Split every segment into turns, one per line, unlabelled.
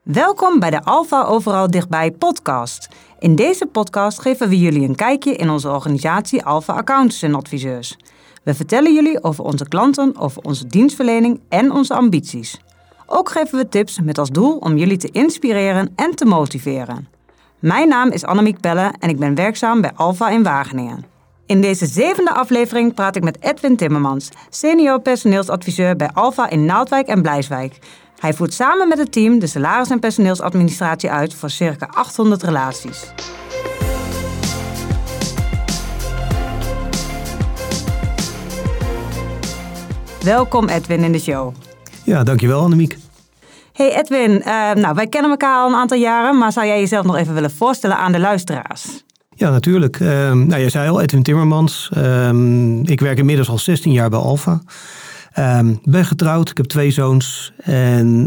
Welkom bij de Alpha Overal Dichtbij podcast. In deze podcast geven we jullie een kijkje in onze organisatie Alpha Accountants en Adviseurs. We vertellen jullie over onze klanten, over onze dienstverlening en onze ambities. Ook geven we tips met als doel om jullie te inspireren en te motiveren. Mijn naam is Annemiek Pelle en ik ben werkzaam bij Alpha in Wageningen. In deze 7e aflevering praat ik met Edwin Timmermans, senior personeelsadviseur bij Alpha in Naaldwijk en Blijswijk. Hij voert samen met het team de salaris- en personeelsadministratie uit voor circa 800 relaties. Welkom Edwin in de show.
Ja, dankjewel Annemiek.
Hey Edwin, wij kennen elkaar al een aantal jaren, maar zou jij jezelf nog even willen voorstellen aan de luisteraars?
Ja, natuurlijk. Jij zei al, Edwin Timmermans. Ik werk inmiddels al 16 jaar bij Alpha. Ben getrouwd, ik heb 2 zoons. En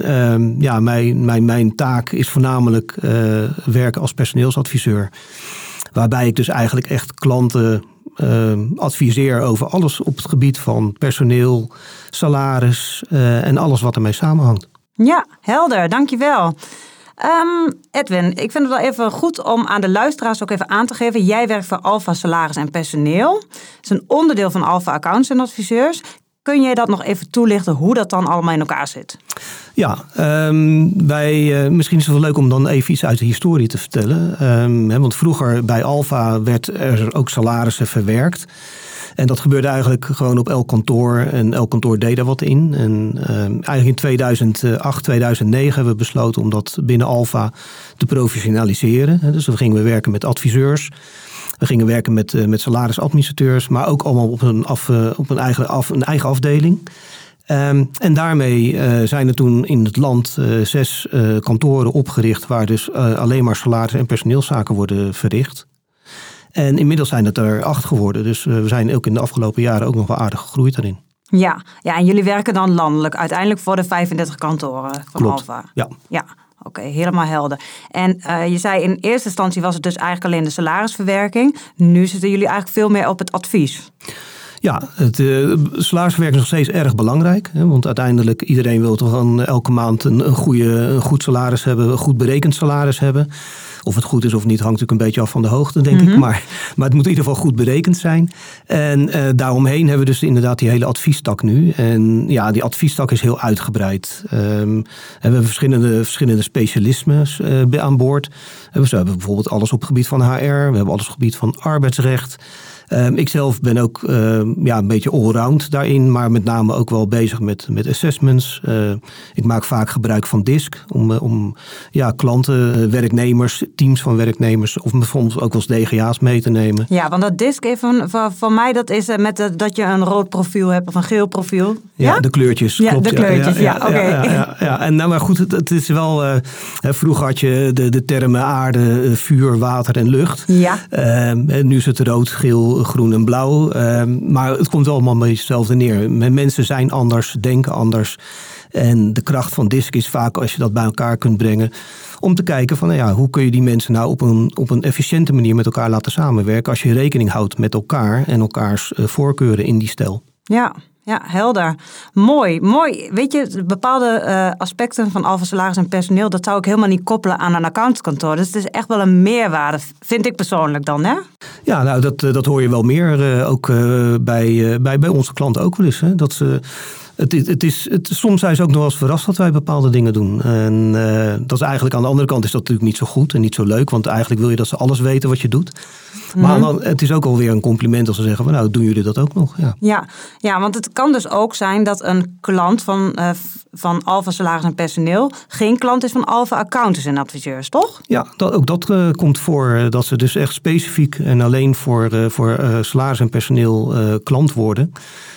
mijn taak is voornamelijk werken als personeelsadviseur. Waarbij ik dus eigenlijk echt klanten adviseer over alles op het gebied van personeel, salaris en alles wat ermee samenhangt. Ja,
helder, dankjewel. Edwin, ik vind het wel even goed om aan de luisteraars ook even aan te geven. Jij werkt voor Alpha Salaris en Personeel. Dat is een onderdeel van Alpha Accountants en Adviseurs. Kun jij dat nog even toelichten hoe dat dan allemaal in elkaar zit?
Ja, misschien is het wel leuk om dan even iets uit de historie te vertellen. Want vroeger bij Alpha werd er ook salarissen verwerkt. En dat gebeurde eigenlijk gewoon op elk kantoor. En elk kantoor deed daar wat in. En eigenlijk in 2008, 2009 hebben we besloten om dat binnen Alpha te professionaliseren. Dus we gingen werken met adviseurs. We gingen werken met salarisadministrateurs. Maar ook allemaal op een eigen afdeling. En daarmee zijn er toen in het land 6 kantoren opgericht. Waar dus alleen maar salaris- en personeelszaken worden verricht. En inmiddels zijn het er 8 geworden. Dus we zijn ook in de afgelopen jaren ook nog wel aardig gegroeid daarin.
Ja, en jullie werken dan landelijk uiteindelijk voor de 35 kantoren van
Klopt.
Alpha.
Ja.
Oké, helemaal helder. En je zei in eerste instantie was het dus eigenlijk alleen de salarisverwerking. Nu zitten jullie eigenlijk veel meer op het advies.
Ja, het salarisverwerking is nog steeds erg belangrijk. Hè, want uiteindelijk iedereen wil toch elke maand een goed salaris hebben, een goed berekend salaris hebben. Of het goed is of niet, hangt natuurlijk een beetje af van de hoogte, denk ik. Maar het moet in ieder geval goed berekend zijn. En daaromheen hebben we dus inderdaad die hele adviestak nu. En ja, die adviestak is heel uitgebreid. En we hebben verschillende specialismen aan boord. We hebben bijvoorbeeld alles op het gebied van HR. We hebben alles op het gebied van arbeidsrecht. Ik zelf ben ook een beetje allround daarin, maar met name ook wel bezig met assessments. Ik maak vaak gebruik van DISC om klanten, werknemers, teams van werknemers of bijvoorbeeld ook wel eens DGA's mee te nemen.
Ja, want dat DISC even voor mij, dat is dat je een rood profiel hebt of een geel profiel.
Ja, de kleurtjes.
Ja,
klopt.
De kleurtjes, oké.
En maar goed, het is wel. Vroeger had je de termen aarde, vuur, water en lucht.
Ja.
Nu is het rood, geel, groen en blauw. Maar het komt wel allemaal een beetje hetzelfde neer. Mensen zijn anders, denken anders. En de kracht van DISC is vaak als je dat bij elkaar kunt brengen. Om te kijken van hoe kun je die mensen nou op een efficiënte manier met elkaar laten samenwerken. Als je rekening houdt met elkaar en elkaars voorkeuren in die stijl.
Ja, helder. Mooi. Weet je, bepaalde aspecten van Alpha Salaris en Personeel, dat zou ik helemaal niet koppelen aan een accountantskantoor. Dus het is echt wel een meerwaarde, vind ik persoonlijk dan, hè?
Ja, nou, dat hoor je wel meer. Ook bij onze klanten ook wel eens. Hè? Dat ze... Soms zijn ze ook nog wel eens verrast dat wij bepaalde dingen doen. En dat is eigenlijk aan de andere kant is dat natuurlijk niet zo goed en niet zo leuk. Want eigenlijk wil je dat ze alles weten wat je doet. Maar het is ook alweer een compliment als ze zeggen van doen jullie dat ook nog?
Ja, want het kan dus ook zijn dat een klant van Alpha Salaris en Personeel geen klant is van Alpha Accountants en Adviseurs, toch?
Ja, ook dat komt voor dat ze dus echt specifiek en alleen voor salaris en personeel klant worden.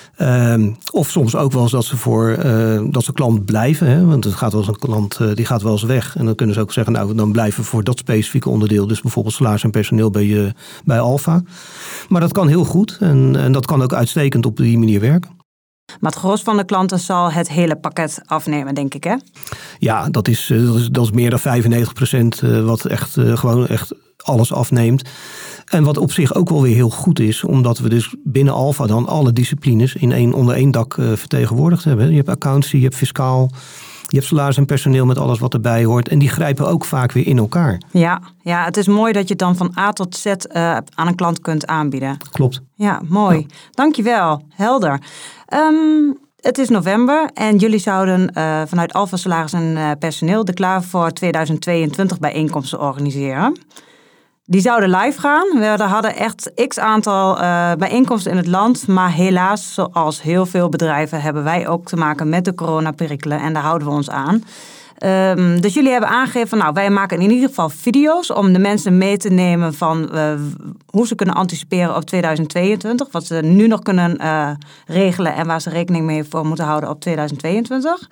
Of soms ook wel eens dat ze klant blijven. Hè? Want het gaat wel eens een klant die gaat wel eens weg. En dan kunnen ze ook zeggen, dan blijven we voor dat specifieke onderdeel. Dus bijvoorbeeld salaris en personeel bij Alpha. Maar dat kan heel goed. En dat kan ook uitstekend op die manier werken.
Maar het gros van de klanten zal het hele pakket afnemen, denk ik, hè?
Ja, dat is meer dan 95% wat gewoon echt alles afneemt. En wat op zich ook wel weer heel goed is, omdat we dus binnen Alpha dan alle disciplines onder één dak vertegenwoordigd hebben. Je hebt accountancy, je hebt fiscaal, Je hebt salaris en personeel met alles wat erbij hoort. En die grijpen ook vaak weer in elkaar.
Ja, het is mooi dat je het dan van A tot Z aan een klant kunt aanbieden.
Klopt.
Ja, mooi. Ja. Dankjewel. Helder. Het is november en jullie zouden vanuit Alpha Salaris en Personeel de Klaar voor 2022 bijeenkomsten organiseren. Die zouden live gaan. We hadden echt x-aantal bijeenkomsten in het land. Maar helaas, zoals heel veel bedrijven, hebben wij ook te maken met de coronaperikelen. En daar houden we ons aan. Dus jullie hebben aangegeven, nou, wij maken in ieder geval video's om de mensen mee te nemen van hoe ze kunnen anticiperen op 2022. Wat ze nu nog kunnen regelen en waar ze rekening mee voor moeten houden op 2022.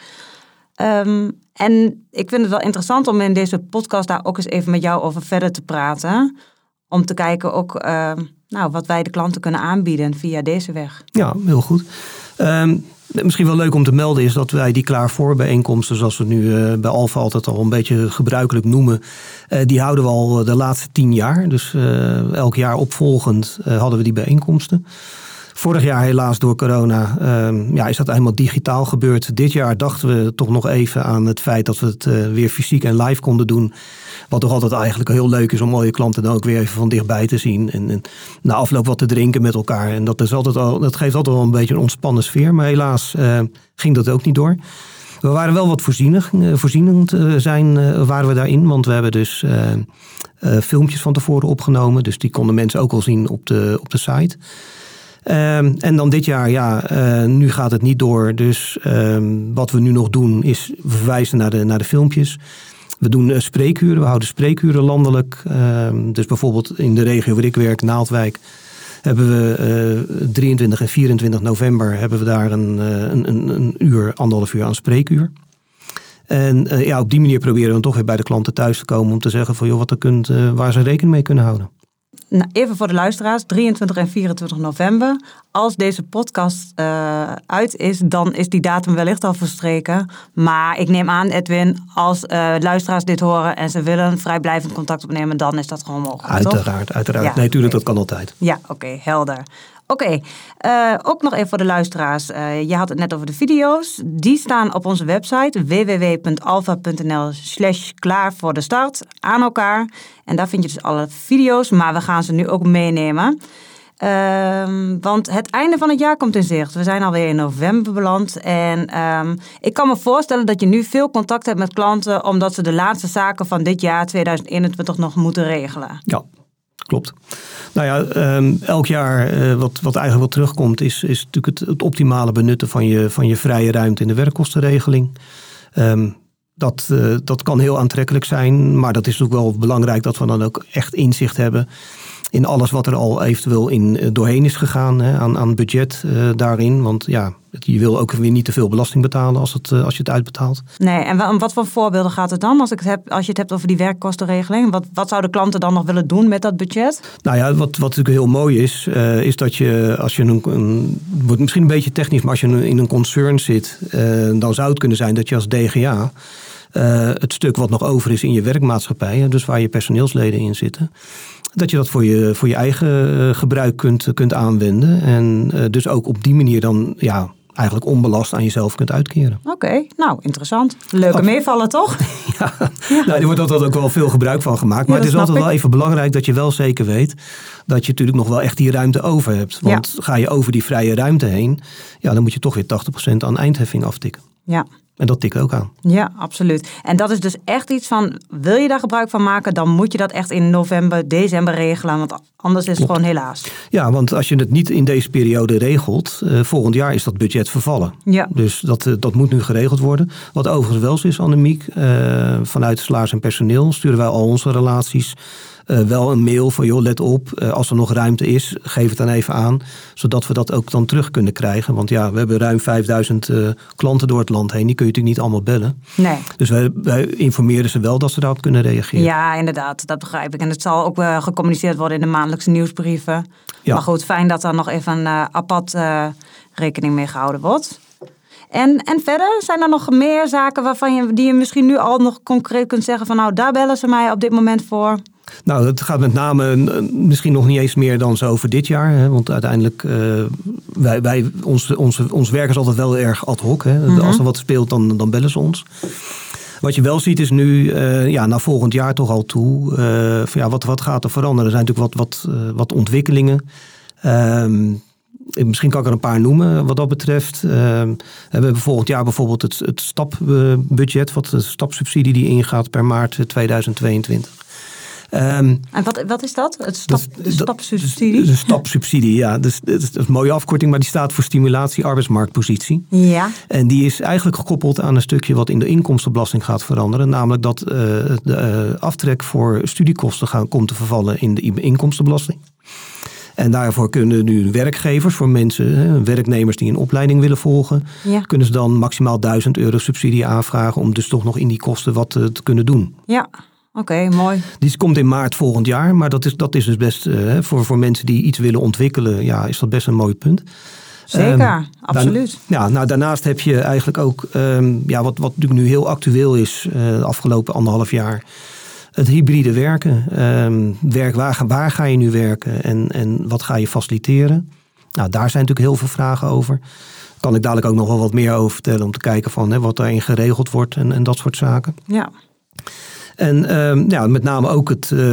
En ik vind het wel interessant om in deze podcast daar ook eens even met jou over verder te praten. Om te kijken ook wat wij de klanten kunnen aanbieden via deze weg.
Ja, heel goed. Misschien wel leuk om te melden is dat wij die Klaar voor bijeenkomsten, zoals we nu bij Alpha altijd al een beetje gebruikelijk noemen, die houden we al de laatste 10 jaar. Dus elk jaar opvolgend hadden we die bijeenkomsten. Vorig jaar helaas door corona is dat helemaal digitaal gebeurd. Dit jaar dachten we toch nog even aan het feit dat we het weer fysiek en live konden doen. Wat toch altijd eigenlijk heel leuk is om mooie klanten dan ook weer even van dichtbij te zien. En na afloop wat te drinken met elkaar. En dat geeft altijd wel een beetje een ontspannen sfeer. Maar helaas ging dat ook niet door. We waren wel wat voorzienend waren we daarin. Want we hebben dus filmpjes van tevoren opgenomen. Dus die konden mensen ook al zien op de site. En dan dit jaar, nu gaat het niet door. Dus wat we nu nog doen is we verwijzen naar de filmpjes. We doen spreekuren, we houden spreekuren landelijk. Dus bijvoorbeeld in de regio waar ik werk, Naaldwijk, hebben we 23 en 24 november hebben we daar een uur, 1,5 uur aan spreekuur. En op die manier proberen we dan toch weer bij de klanten thuis te komen om te zeggen van joh, waar ze rekening mee kunnen houden.
Nou, even voor de luisteraars, 23 en 24 november. Als deze podcast uit is, dan is die datum wellicht al verstreken. Maar ik neem aan, Edwin, als luisteraars dit horen en ze willen vrijblijvend contact opnemen, dan is dat gewoon mogelijk,
uiteraard,
toch?
Uiteraard.
Ja,
nee, natuurlijk, dat kan altijd.
Ja, oké, helder. Oké, ook nog even voor de luisteraars. Je had het net over de video's. Die staan op onze website www.alpha.nl/klaar voor de start aan elkaar. En daar vind je dus alle video's, maar we gaan ze nu ook meenemen. Want het einde van het jaar komt in zicht. We zijn alweer in november beland. En ik kan me voorstellen dat je nu veel contact hebt met klanten, omdat ze de laatste zaken van dit jaar 2021 nog moeten regelen.
Ja, klopt. Nou ja, elk jaar wat eigenlijk wel terugkomt is natuurlijk het optimale benutten van je vrije ruimte in de werkkostenregeling. Dat kan heel aantrekkelijk zijn, maar dat is ook wel belangrijk dat we dan ook echt inzicht hebben in alles wat er al eventueel doorheen is gegaan aan budget daarin. Want ja, je wil ook weer niet te veel belasting betalen als je het uitbetaalt. Nee,
en wat voor voorbeelden gaat het dan als je het hebt over die werkkostenregeling? Wat zouden klanten dan nog willen doen met dat budget?
Nou ja, wat natuurlijk heel mooi is dat je, als je wordt misschien een beetje technisch, maar als je in een concern zit, dan zou het kunnen zijn dat je als DGA het stuk wat nog over is in je werkmaatschappij, dus waar je personeelsleden in zitten, dat je dat voor je eigen gebruik kunt aanwenden. En dus ook op die manier dan eigenlijk onbelast aan jezelf kunt uitkeren.
Oké, nou interessant. Leuke meevallen toch?
Ja. Nou, er wordt altijd ook wel veel gebruik van gemaakt. Maar het is altijd wel even belangrijk dat je wel zeker weet dat je natuurlijk nog wel echt die ruimte over hebt. Want ga je over die vrije ruimte heen, dan moet je toch weer 80% aan eindheffing aftikken.
Ja.
En dat tikt ook aan.
Ja, absoluut. En dat is dus echt iets van, wil je daar gebruik van maken, dan moet je dat echt in november, december regelen. Want anders is het gewoon helaas.
Ja, want als je het niet in deze periode regelt, volgend jaar is dat budget vervallen.
Ja.
Dus dat moet nu geregeld worden. Wat overigens wel zo is, Annemiek, vanuit salaris en personeel sturen wij al onze relaties wel een mail van joh, let op, als er nog ruimte is, geef het dan even aan, zodat we dat ook dan terug kunnen krijgen. Want we hebben ruim 5000 klanten door het land heen, die kun je natuurlijk niet allemaal bellen.
Nee. Dus
wij informeren ze wel dat ze daarop kunnen reageren.
Ja, inderdaad, dat begrijp ik. En het zal ook gecommuniceerd worden in de maandelijkse nieuwsbrieven. Ja. Maar goed, fijn dat er nog even apart rekening mee gehouden wordt. En verder, zijn er nog meer zaken die je misschien nu al nog concreet kunt zeggen van nou, daar bellen ze mij op dit moment voor?
Nou, het gaat met name misschien nog niet eens meer dan zo over dit jaar. Hè, want uiteindelijk, ons werk is altijd wel erg ad hoc. Hè. Mm-hmm. Als er wat speelt, dan bellen ze ons. Wat je wel ziet is nu, naar volgend jaar toch al toe. Wat gaat er veranderen? Er zijn natuurlijk wat ontwikkelingen. Misschien kan ik er een paar noemen wat dat betreft. We hebben volgend jaar bijvoorbeeld het stapbudget, de stapsubsidie die ingaat per maart 2022.
En wat is dat? De stapsubsidie?
De stapsubsidie, ja. Dat is een mooie afkorting, maar die staat voor stimulatie arbeidsmarktpositie.
Ja. En
die is eigenlijk gekoppeld aan een stukje wat in de inkomstenbelasting gaat veranderen. Namelijk dat de aftrek voor studiekosten komt te vervallen in de inkomstenbelasting. En daarvoor kunnen nu werkgevers, voor mensen, werknemers die een opleiding willen volgen, kunnen ze dan maximaal €1000 subsidie aanvragen om dus toch nog in die kosten wat te kunnen doen.
Ja. Oké, mooi.
Die komt in maart volgend jaar, maar dat is dus best voor mensen die iets willen ontwikkelen, is dat best een mooi punt.
Zeker, absoluut.
Daarnaast heb je eigenlijk ook, wat natuurlijk nu heel actueel is de afgelopen 1,5 jaar, het hybride werken. Waar ga je nu werken en wat ga je faciliteren? Nou, daar zijn natuurlijk heel veel vragen over. Daar kan ik dadelijk ook nog wel wat meer over vertellen om te kijken van wat daarin geregeld wordt en dat soort zaken.
Ja.
En met name ook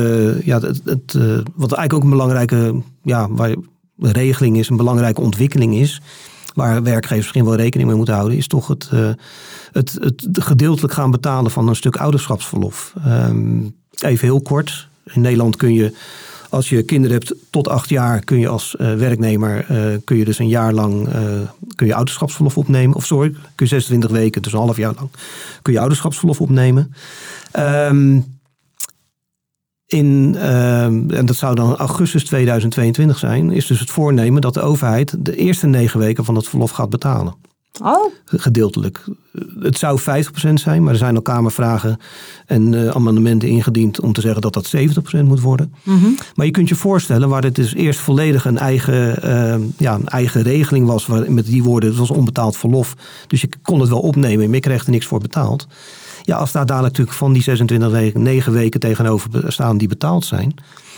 wat eigenlijk ook een belangrijke regeling is, een belangrijke ontwikkeling is, waar werkgevers misschien wel rekening mee moeten houden, is toch het gedeeltelijk gaan betalen van een stuk ouderschapsverlof. Even heel kort. In Nederland kun je, als je kinderen hebt tot 8 jaar, kun je als werknemer kun je dus een jaar lang kun je ouderschapsverlof opnemen. Kun je 26 weken, dus een half jaar lang, kun je ouderschapsverlof opnemen. En dat zou dan augustus 2022 zijn, is dus het voornemen dat de overheid de eerste 9 weken van het verlof gaat betalen.
Oh.
Gedeeltelijk. Het zou 50% zijn, maar er zijn al kamervragen en amendementen ingediend om te zeggen dat dat 70% moet worden. Mm-hmm. Maar je kunt je voorstellen waar het dus eerst volledig een eigen regeling was, met die woorden, het was onbetaald verlof. Dus je kon het wel opnemen, maar je kreeg er niks voor betaald. Ja, als daar dadelijk natuurlijk van die 26 weken 9 weken tegenover staan die betaald zijn,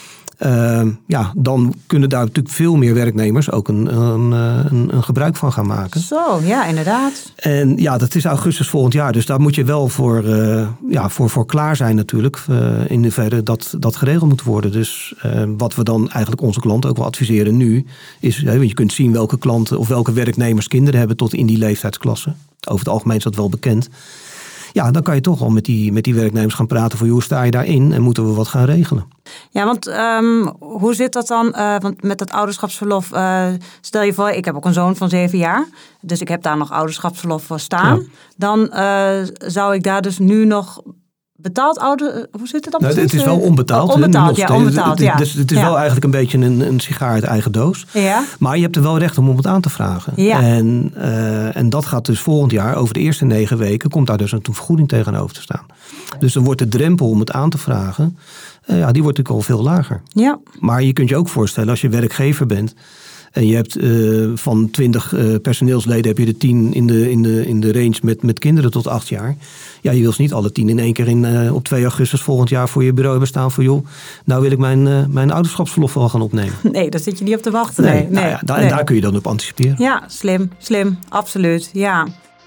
dan kunnen daar natuurlijk veel meer werknemers ook een gebruik van gaan maken.
Zo, ja, inderdaad.
En dat is augustus volgend jaar. Dus daar moet je wel voor klaar zijn natuurlijk. In hoeverre dat geregeld moet worden. Dus wat we dan eigenlijk onze klanten ook wel adviseren nu is, je kunt zien welke klanten of welke werknemers kinderen hebben tot in die leeftijdsklasse. Over het algemeen is dat wel bekend. Ja, dan kan je toch wel met die werknemers gaan praten voor hoe sta je daarin en moeten we wat gaan regelen.
Ja, want hoe zit dat dan? Want met dat ouderschapsverlof, stel je voor, ik heb ook een zoon van 7 jaar. Dus ik heb daar nog ouderschapsverlof voor staan. Ja. Dan zou ik daar dus nu nog betaald hoe zit het dan precies?
Het is wel onbetaald.
Onbetaald.
Dus het is wel eigenlijk een beetje een sigaar uit eigen doos. Ja. Maar je hebt er wel recht om het aan te vragen. Ja. En dat gaat dus volgend jaar, over de eerste 9 weken, komt daar dus een vergoeding tegenover te staan. Dus dan wordt de drempel om het aan te vragen, die wordt natuurlijk al veel lager. Ja. Maar je kunt je ook voorstellen, als je werkgever bent en je hebt van 20 personeelsleden heb je de 10 in de range met kinderen tot 8 jaar. Ja, je wil ze niet alle 10 in één keer op 2 augustus volgend jaar voor je bureau hebben staan van nou wil ik mijn ouderschapsverlof wel gaan opnemen.
Nee, daar zit je niet op te wachten. Nee.
En daar kun je dan op anticiperen.
Ja, slim, absoluut, ja.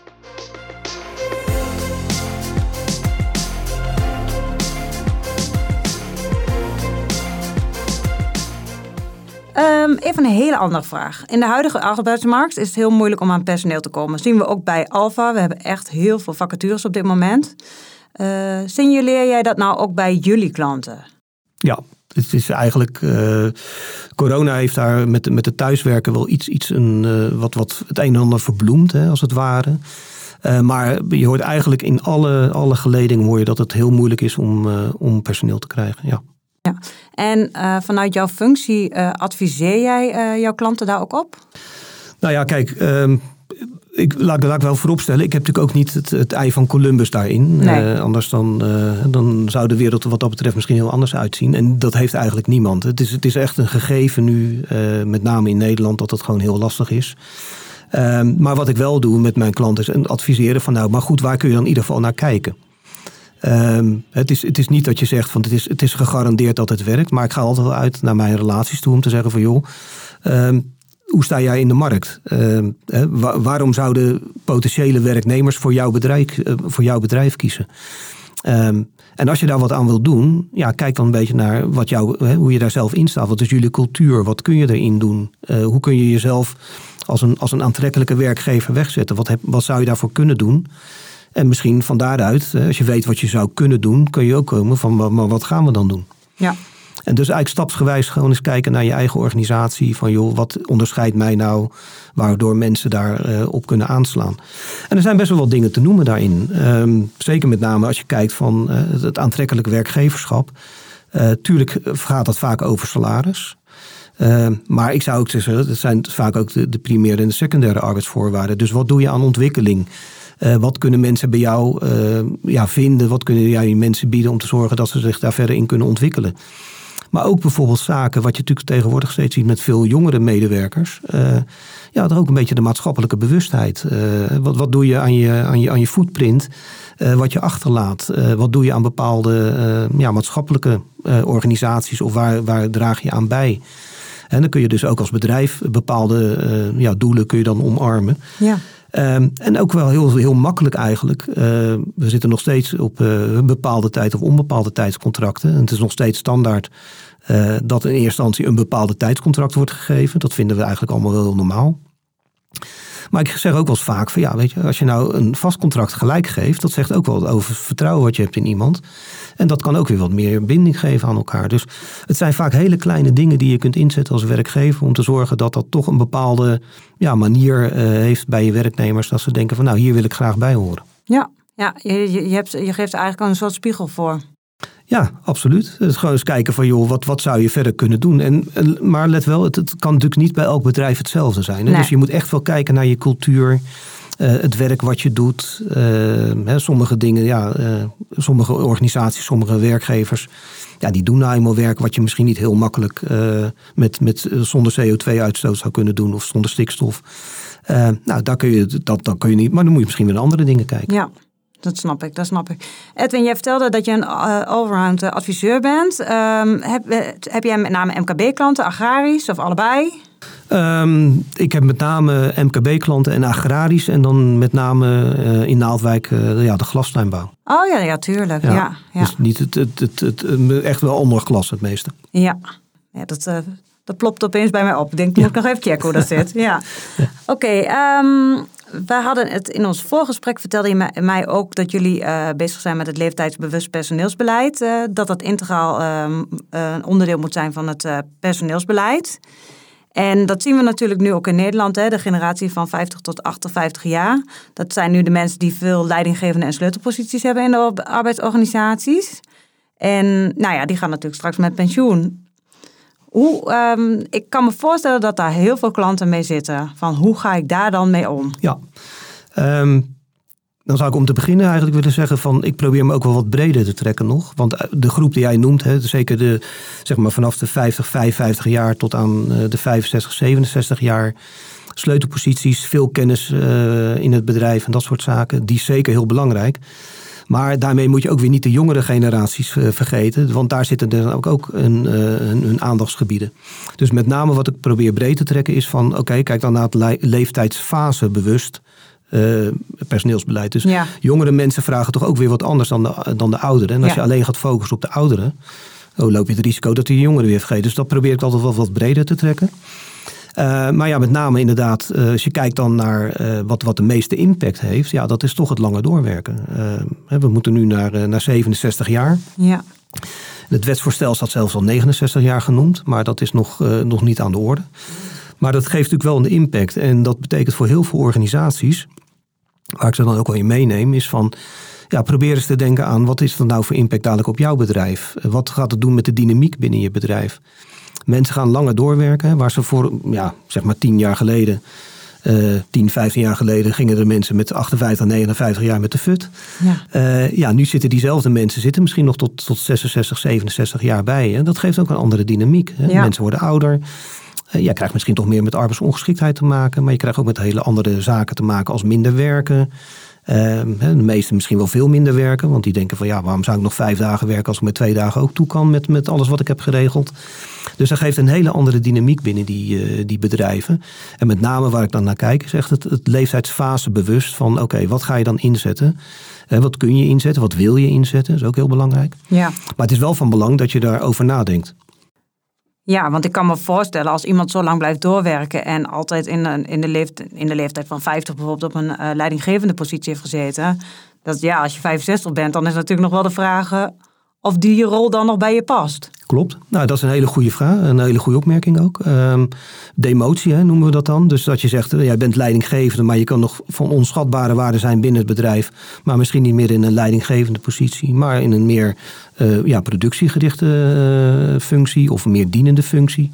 Even een hele andere vraag. In de huidige arbeidsmarkt is het heel moeilijk om aan personeel te komen. Dat zien we ook bij Alpha. We hebben echt heel veel vacatures op dit moment. Signaleer jij dat nou ook bij jullie klanten?
Ja, het is eigenlijk corona heeft daar met het thuiswerken wel wat het een en ander verbloemd, hè, als het ware. Maar je hoort eigenlijk in alle geledingen hoor je dat het heel moeilijk is om personeel te krijgen, ja.
Ja. En vanuit jouw functie adviseer jij jouw klanten daar ook op?
Nou ja, kijk, laat ik wel vooropstellen. Ik heb natuurlijk ook niet het ei van Columbus daarin. Nee. Anders dan zou de wereld wat dat betreft misschien heel anders uitzien. En dat heeft eigenlijk niemand. Het is echt een gegeven nu, met name in Nederland, dat het gewoon heel lastig is. Maar wat ik wel doe met mijn klanten is adviseren van maar goed, waar kun je dan in ieder geval naar kijken? Het is niet dat je zegt van het is gegarandeerd dat het werkt. Maar ik ga altijd wel uit naar mijn relaties toe om te zeggen van joh, hoe sta jij in de markt? Waarom zouden potentiële werknemers voor jouw bedrijf kiezen? En als je daar wat aan wilt doen, kijk dan een beetje naar hoe je daar zelf in staat. Wat is jullie cultuur? Wat kun je erin doen? Hoe kun je jezelf als een aantrekkelijke werkgever wegzetten? Wat zou je daarvoor kunnen doen? En misschien van daaruit, als je weet wat je zou kunnen doen, kun je ook komen van maar wat gaan we dan doen? Ja. En dus eigenlijk stapsgewijs gewoon eens kijken naar je eigen organisatie. Van joh, wat onderscheidt mij nou waardoor mensen daar op kunnen aanslaan? En er zijn best wel wat dingen te noemen daarin. Zeker met name als je kijkt van het aantrekkelijk werkgeverschap. Tuurlijk gaat dat vaak over salaris. Maar ik zou ook zeggen, het zijn vaak ook de primaire en de secundaire arbeidsvoorwaarden. Dus wat doe je aan ontwikkeling? Wat kunnen mensen bij jou vinden? Wat kunnen jij mensen bieden om te zorgen dat ze zich daar verder in kunnen ontwikkelen? Maar ook bijvoorbeeld zaken, wat je natuurlijk tegenwoordig steeds ziet met veel jongere medewerkers. Dat ook een beetje de maatschappelijke bewustheid. Wat doe je aan je footprint? Wat je achterlaat? Wat doe je aan bepaalde maatschappelijke organisaties? Of waar draag je aan bij? En dan kun je dus ook als bedrijf bepaalde doelen kun je dan omarmen. Ja. En ook wel heel, heel makkelijk eigenlijk. We zitten nog steeds op bepaalde tijd of onbepaalde tijdscontracten. En het is nog steeds standaard dat in eerste instantie een bepaalde tijdscontract wordt gegeven. Dat vinden we eigenlijk allemaal wel heel normaal. Maar ik zeg ook wel eens vaak van weet je, als je nou een vast contract gelijk geeft, dat zegt ook wel over het vertrouwen wat je hebt in iemand. En dat kan ook weer wat meer binding geven aan elkaar. Dus het zijn vaak hele kleine dingen die je kunt inzetten als werkgever om te zorgen dat dat toch een bepaalde manier heeft bij je werknemers. Dat ze denken van hier wil ik graag bij horen.
Ja, je geeft er eigenlijk een soort spiegel voor.
Ja, absoluut. Het is gewoon eens kijken van joh, wat zou je verder kunnen doen? Maar let wel, het kan natuurlijk niet bij elk bedrijf hetzelfde zijn. Hè? Nee. Dus je moet echt wel kijken naar je cultuur, het werk wat je doet. Sommige dingen, sommige organisaties, sommige werkgevers, die doen nou eenmaal werk wat je misschien niet heel makkelijk zonder CO2-uitstoot zou kunnen doen of zonder stikstof. Dat kun je niet, maar dan moet je misschien weer naar andere dingen kijken.
Ja. Dat snap ik. Edwin, jij vertelde dat je een allround adviseur bent. Heb jij met name MKB-klanten, agrarisch of allebei?
Ik heb met name MKB-klanten en agrarisch. En dan met name in Naaldwijk de glastuinbouw.
Oh ja, tuurlijk. Ja.
Dus niet het echt wel onderglas het meeste.
Ja, dat plopt opeens bij mij op. Ik denk, moet ik nog even checken hoe dat zit. Ja. Oké, wij hadden het in ons voorgesprek, vertelde je mij ook dat jullie bezig zijn met het leeftijdsbewust personeelsbeleid. Dat integraal een onderdeel moet zijn van het personeelsbeleid. En dat zien we natuurlijk nu ook in Nederland. De generatie van 50 tot 58 jaar. Dat zijn nu de mensen die veel leidinggevende en sleutelposities hebben in de arbeidsorganisaties. En die gaan natuurlijk straks met pensioen. Ik kan me voorstellen dat daar heel veel klanten mee zitten. Van hoe ga ik daar dan mee om?
Ja, dan zou ik om te beginnen eigenlijk willen zeggen van ik probeer me ook wel wat breder te trekken nog. Want de groep die jij noemt, zeker vanaf de 50, 55 jaar tot aan de 65, 67 jaar. Sleutelposities, veel kennis in het bedrijf en dat soort zaken. Die is zeker heel belangrijk. Maar daarmee moet je ook weer niet de jongere generaties vergeten. Want daar zitten er ook hun aandachtsgebieden. Dus met name wat ik probeer breed te trekken is van kijk dan naar het leeftijdsfase bewust personeelsbeleid. Dus jongere mensen vragen toch ook weer wat anders dan de ouderen. En als je alleen gaat focussen op de ouderen, loop je het risico dat die jongeren weer vergeten. Dus dat probeer ik altijd wel wat breder te trekken. Maar met name inderdaad, als je kijkt dan naar wat de meeste impact heeft, dat is toch het lange doorwerken. We moeten nu naar 67 jaar. Ja. Het wetsvoorstel staat zelfs al 69 jaar genoemd, maar dat is nog niet aan de orde. Maar dat geeft natuurlijk wel een impact. En dat betekent voor heel veel organisaties, waar ik ze dan ook wel in meeneem, is van probeer eens te denken aan wat is er nou voor impact dadelijk op jouw bedrijf? Wat gaat het doen met de dynamiek binnen je bedrijf? Mensen gaan langer doorwerken, waar ze voor 10 jaar geleden, 10, 15 jaar geleden gingen er mensen met 58, 59 jaar met de fut. Ja. Nu zitten diezelfde mensen misschien nog tot 66, 67 jaar bij. En dat geeft ook een andere dynamiek. Hè? Ja. Mensen worden ouder. Je krijgt misschien toch meer met arbeidsongeschiktheid te maken, maar je krijgt ook met hele andere zaken te maken als minder werken. De meesten misschien wel veel minder werken. Want die denken van waarom zou ik nog 5 dagen werken als ik met 2 dagen ook toe kan met alles wat ik heb geregeld. Dus dat geeft een hele andere dynamiek binnen die bedrijven. En met name waar ik dan naar kijk is echt het leeftijdsfase bewust van oké, wat ga je dan inzetten? Wat kun je inzetten? Wat wil je inzetten? Dat is ook heel belangrijk.
Ja.
Maar het is wel van belang dat je daarover nadenkt.
Ja, want ik kan me voorstellen als iemand zo lang blijft doorwerken en altijd in de leeftijd van 50 bijvoorbeeld op een leidinggevende positie heeft gezeten. Dat als je 65 bent, dan is natuurlijk nog wel de vraag of die rol dan nog bij je past.
Klopt. Nou, dat is een hele goede vraag. Een hele goede opmerking ook. Demotie noemen we dat dan. Dus dat je zegt, jij bent leidinggevende, maar je kan nog van onschatbare waarde zijn binnen het bedrijf. Maar misschien niet meer in een leidinggevende positie, maar in een meer productiegerichte functie of een meer dienende functie.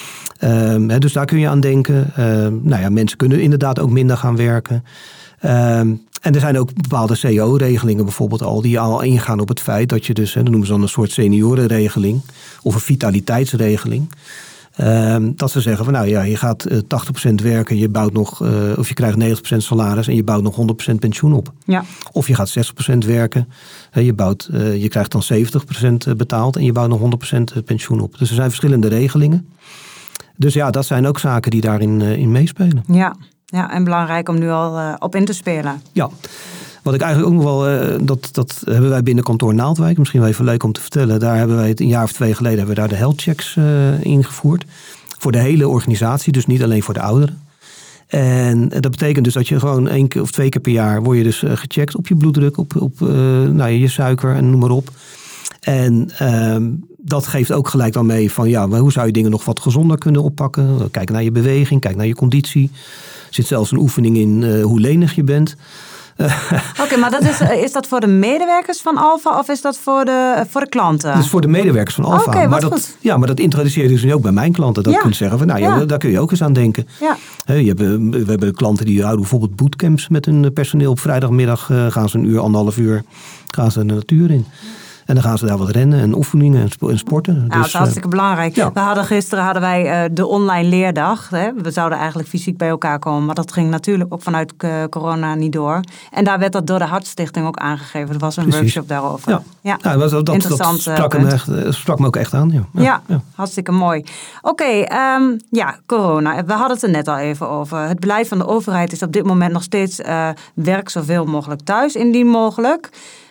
Dus daar kun je aan denken. Mensen kunnen inderdaad ook minder gaan werken. En er zijn ook bepaalde CO-regelingen bijvoorbeeld al die al ingaan op het feit dat je dus, dat noemen ze dan een soort seniorenregeling of een vitaliteitsregeling. Dat ze zeggen van je gaat 80% werken, je bouwt nog, of je krijgt 90% salaris en je bouwt nog 100% pensioen op. Ja. Of je gaat 60% werken, je krijgt dan 70% betaald en je bouwt nog 100% pensioen op. Dus er zijn verschillende regelingen. Dus dat zijn ook zaken die daarin in meespelen.
Ja, en belangrijk om nu al op in te spelen. Ja,
wat ik eigenlijk ook nog wel, dat hebben wij binnen kantoor Naaldwijk, misschien wel even leuk om te vertellen. Daar hebben wij het een jaar of 2 geleden hebben we daar de health checks ingevoerd. Voor de hele organisatie, dus niet alleen voor de ouderen. En dat betekent dus dat je gewoon 1 keer of 2 keer per jaar word je dus gecheckt op je bloeddruk, op je suiker en noem maar op. En dat geeft ook gelijk dan mee van hoe zou je dingen nog wat gezonder kunnen oppakken. Kijk naar je beweging, kijk naar je conditie. Er zit zelfs een oefening in hoe lenig je bent.
Oké, maar is dat voor de medewerkers van Alpha of is dat voor de klanten?
Dat is voor de medewerkers van Alpha.
Okay,
maar dat introduceer je dus nu ook bij mijn klanten. Dat je kunt zeggen van daar kun je ook eens aan denken. Ja. We hebben klanten die houden bijvoorbeeld bootcamps met hun personeel. Op vrijdagmiddag gaan ze 1 uur, 1,5 uur gaan ze de natuur in. En dan gaan ze daar wat rennen en oefeningen en sporten.
Nou, dat is hartstikke belangrijk. Ja. Gisteren hadden wij de online leerdag. We zouden eigenlijk fysiek bij elkaar komen. Maar dat ging natuurlijk ook vanuit corona niet door. En daar werd dat door de Hartstichting ook aangegeven. Er was een workshop daarover. Ja.
Interessant. Dat sprak me ook echt aan.
Ja, hartstikke mooi. Oké, corona. We hadden het er net al even over. Het beleid van de overheid is op dit moment nog steeds werk zoveel mogelijk thuis, indien mogelijk.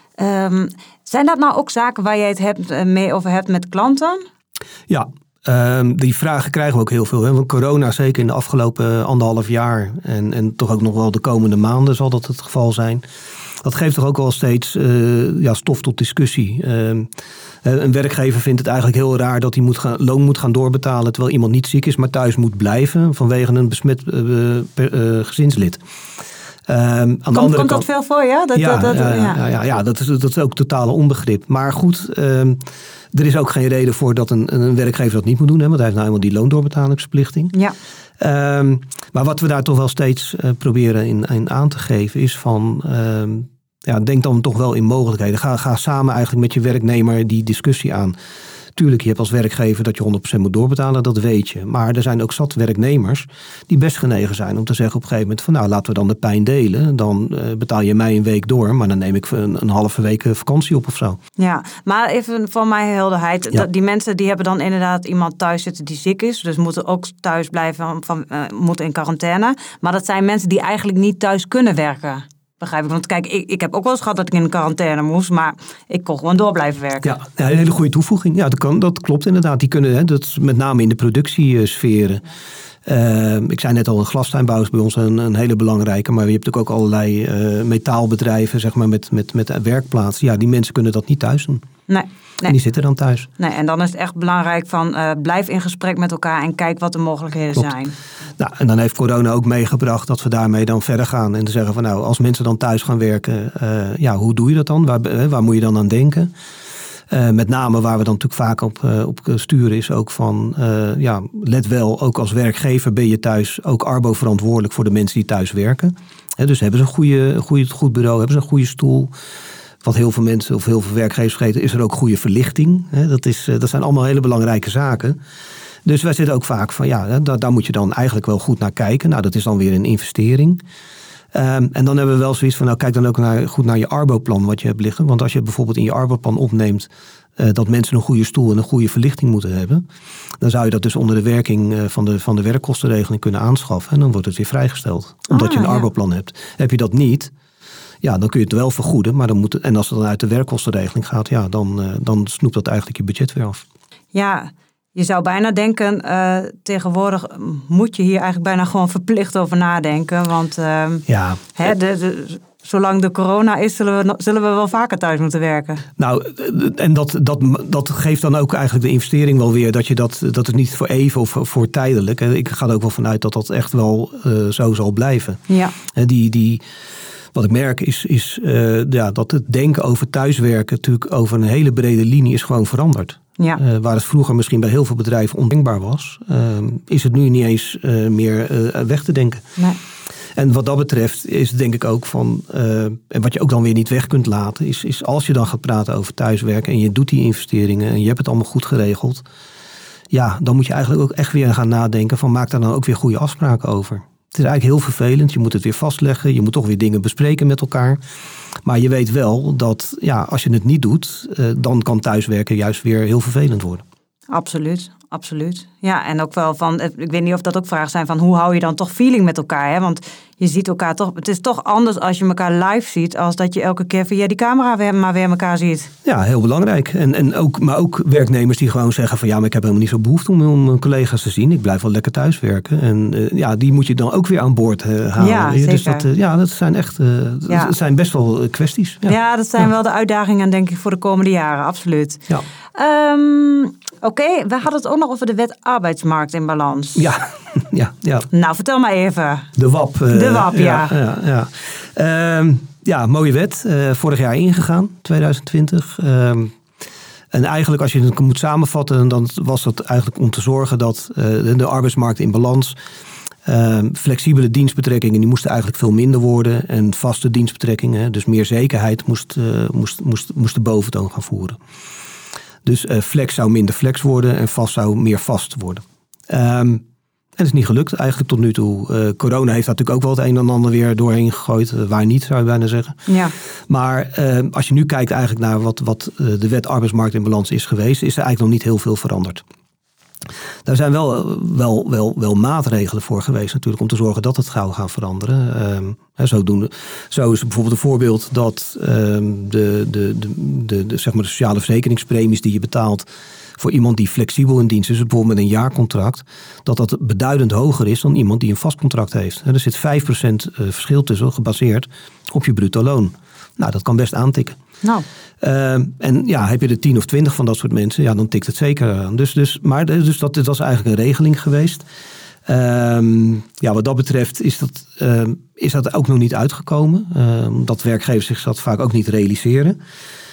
Zijn dat nou ook zaken waar jij het mee over hebt met klanten?
Ja, die vragen krijgen we ook heel veel. Want corona, zeker in de afgelopen 1,5 jaar en toch ook nog wel de komende maanden zal dat het geval zijn. Dat geeft toch ook wel steeds stof tot discussie. Een werkgever vindt het eigenlijk heel raar dat hij loon moet gaan doorbetalen terwijl iemand niet ziek is, maar thuis moet blijven vanwege een besmet gezinslid.
Komt dat veel voor, ja?
Dat is ook totale onbegrip. Maar goed, er is ook geen reden voor dat een werkgever dat niet moet doen. Want hij heeft nou eenmaal die loondoorbetalingsverplichting. Ja. Maar wat we daar toch wel steeds proberen in aan te geven is van denk dan toch wel in mogelijkheden. Ga samen eigenlijk met je werknemer die discussie aan. Tuurlijk, je hebt als werkgever dat je 100% moet doorbetalen, dat weet je. Maar er zijn ook zat werknemers die best genegen zijn om te zeggen op een gegeven moment van laten we dan de pijn delen. Dan betaal je mij 1 week door, maar dan neem ik een halve week vakantie op of zo.
Ja, maar even voor mijn helderheid. Ja. Die mensen die hebben dan inderdaad iemand thuis zitten die ziek is. Dus moeten ook thuis blijven, moeten in quarantaine. Maar dat zijn mensen die eigenlijk niet thuis kunnen werken. Begrijp ik. Want kijk, ik heb ook wel eens gehad dat ik in quarantaine moest, maar ik kon gewoon door blijven werken.
Ja, een hele goede toevoeging. Ja, dat klopt inderdaad. Die kunnen, dat is met name in de productiesferen. Ik zei net al, een glastuinbouw is bij ons een hele belangrijke, maar je hebt ook allerlei metaalbedrijven, zeg maar, met werkplaatsen. Ja, die mensen kunnen dat niet thuis doen. Nee. En die zitten dan thuis.
Nee, en dan is het echt belangrijk van blijf in gesprek met elkaar en kijk wat de mogelijkheden zijn.
Nou, en dan heeft corona ook meegebracht dat we daarmee dan verder gaan. En te zeggen van als mensen dan thuis gaan werken, hoe doe je dat dan? Waar moet je dan aan denken? Met name waar we dan natuurlijk vaak op sturen is ook van let wel, ook als werkgever ben je thuis ook Arbo verantwoordelijk voor de mensen die thuis werken. Dus hebben ze een goed bureau, hebben ze een goede stoel. Wat heel veel mensen of heel veel werkgevers vergeten, is er ook goede verlichting. Dat zijn allemaal hele belangrijke zaken. Dus wij zitten ook vaak van daar moet je dan eigenlijk wel goed naar kijken. Nou, dat is dan weer een investering. En dan hebben we wel zoiets van, kijk dan ook goed naar je arboplan wat je hebt liggen. Want als je bijvoorbeeld in je arboplan opneemt dat mensen een goede stoel en een goede verlichting moeten hebben, dan zou je dat dus onder de werking van de werkkostenregeling kunnen aanschaffen. En dan wordt het weer vrijgesteld. Omdat je een arboplan hebt. Heb je dat niet, ja, dan kun je het wel vergoeden. Maar en als het dan uit de werkkostenregeling gaat, ja, dan snoept dat eigenlijk je budget weer af.
Ja, je zou bijna denken, tegenwoordig moet je hier eigenlijk bijna gewoon verplicht over nadenken. Want zolang de corona is, zullen we wel vaker thuis moeten werken. Nou,
en dat geeft dan ook eigenlijk de investering wel weer. Dat het niet voor even of voor tijdelijk. Ik ga er ook wel vanuit dat echt wel zo zal blijven.
Ja.
Wat ik merk is dat het denken over thuiswerken natuurlijk over een hele brede linie is gewoon veranderd.
Ja.
Waar het vroeger misschien bij heel veel bedrijven ondenkbaar was, is het nu niet eens meer weg te denken.
Nee.
En wat dat betreft is het denk ik ook van, en wat je ook dan weer niet weg kunt laten, is als je dan gaat praten over thuiswerken en je doet die investeringen en je hebt het allemaal goed geregeld, ja, dan moet je eigenlijk ook echt weer gaan nadenken van maak daar dan ook weer goede afspraken over. Het is eigenlijk heel vervelend, je moet het weer vastleggen, je moet toch weer dingen bespreken met elkaar. Maar je weet wel dat als je het niet doet, dan kan thuiswerken juist weer heel vervelend worden.
Absoluut, absoluut. Ja, en ook wel van, ik weet niet of dat ook vragen zijn van hoe hou je dan toch feeling met elkaar, hè? Want je ziet elkaar toch, het is toch anders als je elkaar live ziet, als dat je elke keer via die camera maar weer elkaar ziet.
Ja, heel belangrijk. Maar ook werknemers die gewoon zeggen van maar ik heb helemaal niet zo behoefte om mijn collega's te zien. Ik blijf wel lekker thuiswerken. En die moet je dan ook weer aan boord halen.
Ja, zeker.
Dus dat zijn echt, dat zijn best wel kwesties.
Ja, dat zijn wel de uitdagingen denk ik voor de komende jaren, absoluut.
Ja.
Oké, we hadden het ook nog over de wet arbeidsmarkt in balans.
Ja.
Nou, vertel maar even.
De WAP.
De WAP,
ja. Mooie wet. Vorig jaar ingegaan, 2020. En eigenlijk als je het moet samenvatten, dan was dat eigenlijk om te zorgen dat de arbeidsmarkt in balans, flexibele dienstbetrekkingen, die moesten eigenlijk veel minder worden. En vaste dienstbetrekkingen, dus meer zekerheid, moest de boventoon gaan voeren. Dus flex zou minder flex worden en vast zou meer vast worden. En dat is niet gelukt eigenlijk tot nu toe. Corona heeft natuurlijk ook wel het een en ander weer doorheen gegooid. Waar niet, zou je bijna zeggen. Ja. Maar als je nu kijkt eigenlijk naar wat de wet arbeidsmarkt in balans is geweest, is er eigenlijk nog niet heel veel veranderd. Daar zijn wel maatregelen voor geweest natuurlijk om te zorgen dat het gauw gaat veranderen. Zo is bijvoorbeeld een voorbeeld dat de sociale verzekeringspremies die je betaalt voor iemand die flexibel in dienst is, bijvoorbeeld met een jaarcontract, dat beduidend hoger is dan iemand die een vast contract heeft. Er zit 5% verschil tussen, gebaseerd op je bruto loon. Nou, dat kan best aantikken.
Nou.
En heb je er 10 of 20 van dat soort mensen, dan tikt het zeker aan. Dus dat was eigenlijk een regeling geweest. Wat dat betreft is dat ook nog niet uitgekomen. Dat werkgevers zich dat vaak ook niet realiseren.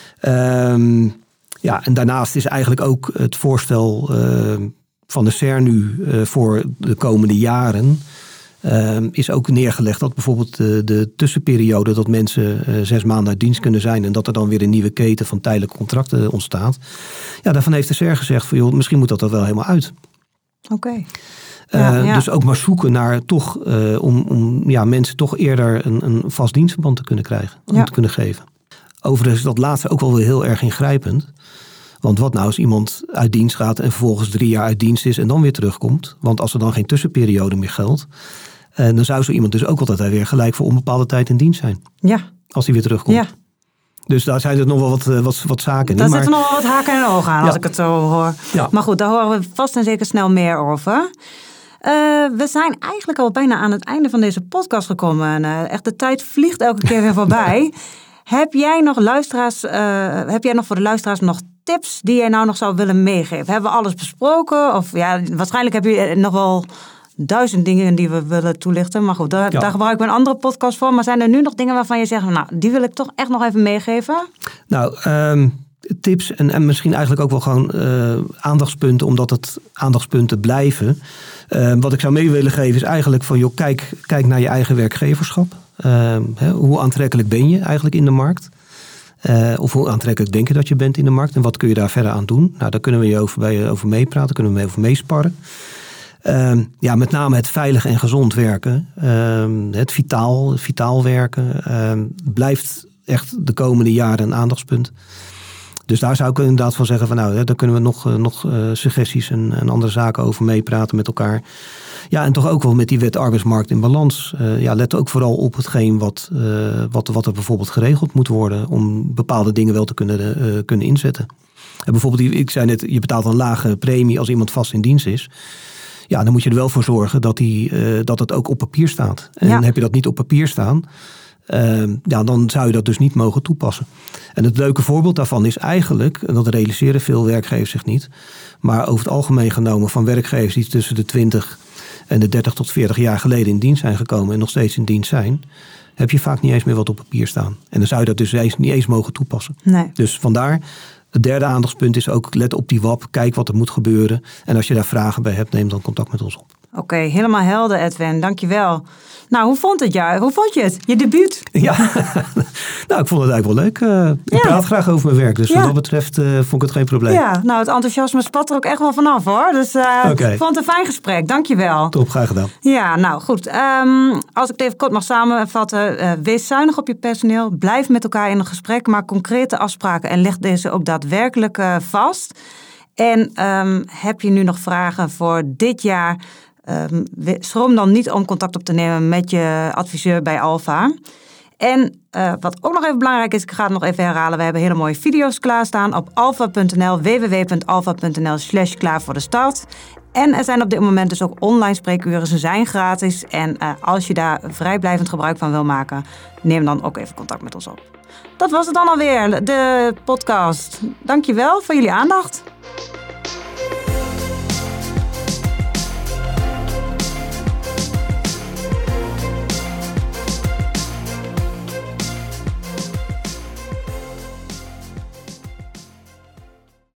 En daarnaast is eigenlijk ook het voorstel van de SER nu voor de komende jaren is ook neergelegd dat bijvoorbeeld de tussenperiode dat mensen 6 maanden uit dienst kunnen zijn en dat er dan weer een nieuwe keten van tijdelijke contracten ontstaat. Ja, daarvan heeft de SER gezegd van joh, misschien moet dat er wel helemaal uit.
Oké.
Dus ook maar zoeken naar toch om mensen toch eerder een vast dienstverband te kunnen krijgen, te kunnen geven. Overigens is dat laatste ook wel weer heel erg ingrijpend. Want wat nou als iemand uit dienst gaat en vervolgens 3 jaar uit dienst is en dan weer terugkomt? Want als er dan geen tussenperiode meer geldt, dan zou zo iemand dus ook altijd weer gelijk voor onbepaalde tijd in dienst zijn.
Ja.
Als hij weer terugkomt.
Ja.
Dus daar zijn er nog wel wat zaken in.
Daar zitten nog wel wat haken en ogen aan als ik het zo hoor.
Ja.
Maar goed, daar horen we vast en zeker snel meer over. We zijn eigenlijk al bijna aan het einde van deze podcast gekomen. En, echt de tijd vliegt elke keer weer voorbij. Heb jij nog voor de luisteraars nog tips die jij nou nog zou willen meegeven? Hebben we alles besproken? Of waarschijnlijk heb je nog wel 1000 dingen die we willen toelichten. Maar goed, daar gebruiken we een andere podcast voor. Maar zijn er nu nog dingen waarvan je zegt, nou, die wil ik toch echt nog even meegeven?
Nou, tips en misschien eigenlijk ook wel gewoon aandachtspunten, omdat het aandachtspunten blijven. Wat ik zou mee willen geven is eigenlijk van, joh, kijk naar je eigen werkgeverschap. Hoe aantrekkelijk ben je eigenlijk in de markt? Of hoe aantrekkelijk denk je dat je bent in de markt? En wat kun je daar verder aan doen? Nou, daar kunnen we je over meepraten, kunnen we mee over meesparren. Met name het veilig en gezond werken. Het vitaal werken. Blijft echt de komende jaren een aandachtspunt. Dus daar zou ik inderdaad van zeggen van daar kunnen we nog suggesties en andere zaken over meepraten met elkaar. Ja, en toch ook wel met die wet arbeidsmarkt in balans. Let ook vooral op hetgeen wat er bijvoorbeeld geregeld moet worden om bepaalde dingen wel te kunnen inzetten. En bijvoorbeeld, ik zei net, je betaalt een lage premie als iemand vast in dienst is. Ja, dan moet je er wel voor zorgen dat het ook op papier staat. En heb je dat niet op papier staan, dan zou je dat dus niet mogen toepassen. En het leuke voorbeeld daarvan is eigenlijk, en dat realiseren veel werkgevers zich niet, maar over het algemeen genomen van werkgevers die tussen de 20 en de 30 tot 40 jaar geleden in dienst zijn gekomen en nog steeds in dienst zijn, heb je vaak niet eens meer wat op papier staan. En dan zou je dat dus niet eens mogen toepassen.
Nee.
Dus vandaar, het derde aandachtspunt is ook let op die WAP, kijk wat er moet gebeuren. En als je daar vragen bij hebt, neem dan contact met ons op.
Oké, helemaal helder Edwin, dankjewel. Nou, hoe vond je het? Je debuut?
Ja, ik vond het eigenlijk wel leuk. Ik praat graag over mijn werk, dus wat dat betreft vond ik het geen probleem.
Ja, nou het enthousiasme spat er ook echt wel vanaf hoor. Dus ik vond het een fijn gesprek, dankjewel.
Top, graag gedaan.
Ja, nou goed. Als ik het even kort mag samenvatten. Wees zuinig op je personeel. Blijf met elkaar in een gesprek. Maak concrete afspraken en leg deze ook daadwerkelijk vast. En heb je nu nog vragen voor dit jaar? Schroom dan niet om contact op te nemen met je adviseur bij Alpha. En wat ook nog even belangrijk is, ik ga het nog even herhalen. We hebben hele mooie video's klaarstaan op alpha.nl, www.alpha.nl/klaar voor de start. En er zijn op dit moment dus ook online spreekuren. Ze zijn gratis. En als je daar vrijblijvend gebruik van wil maken, neem dan ook even contact met ons op. Dat was het dan alweer, de podcast. Dankjewel voor jullie aandacht.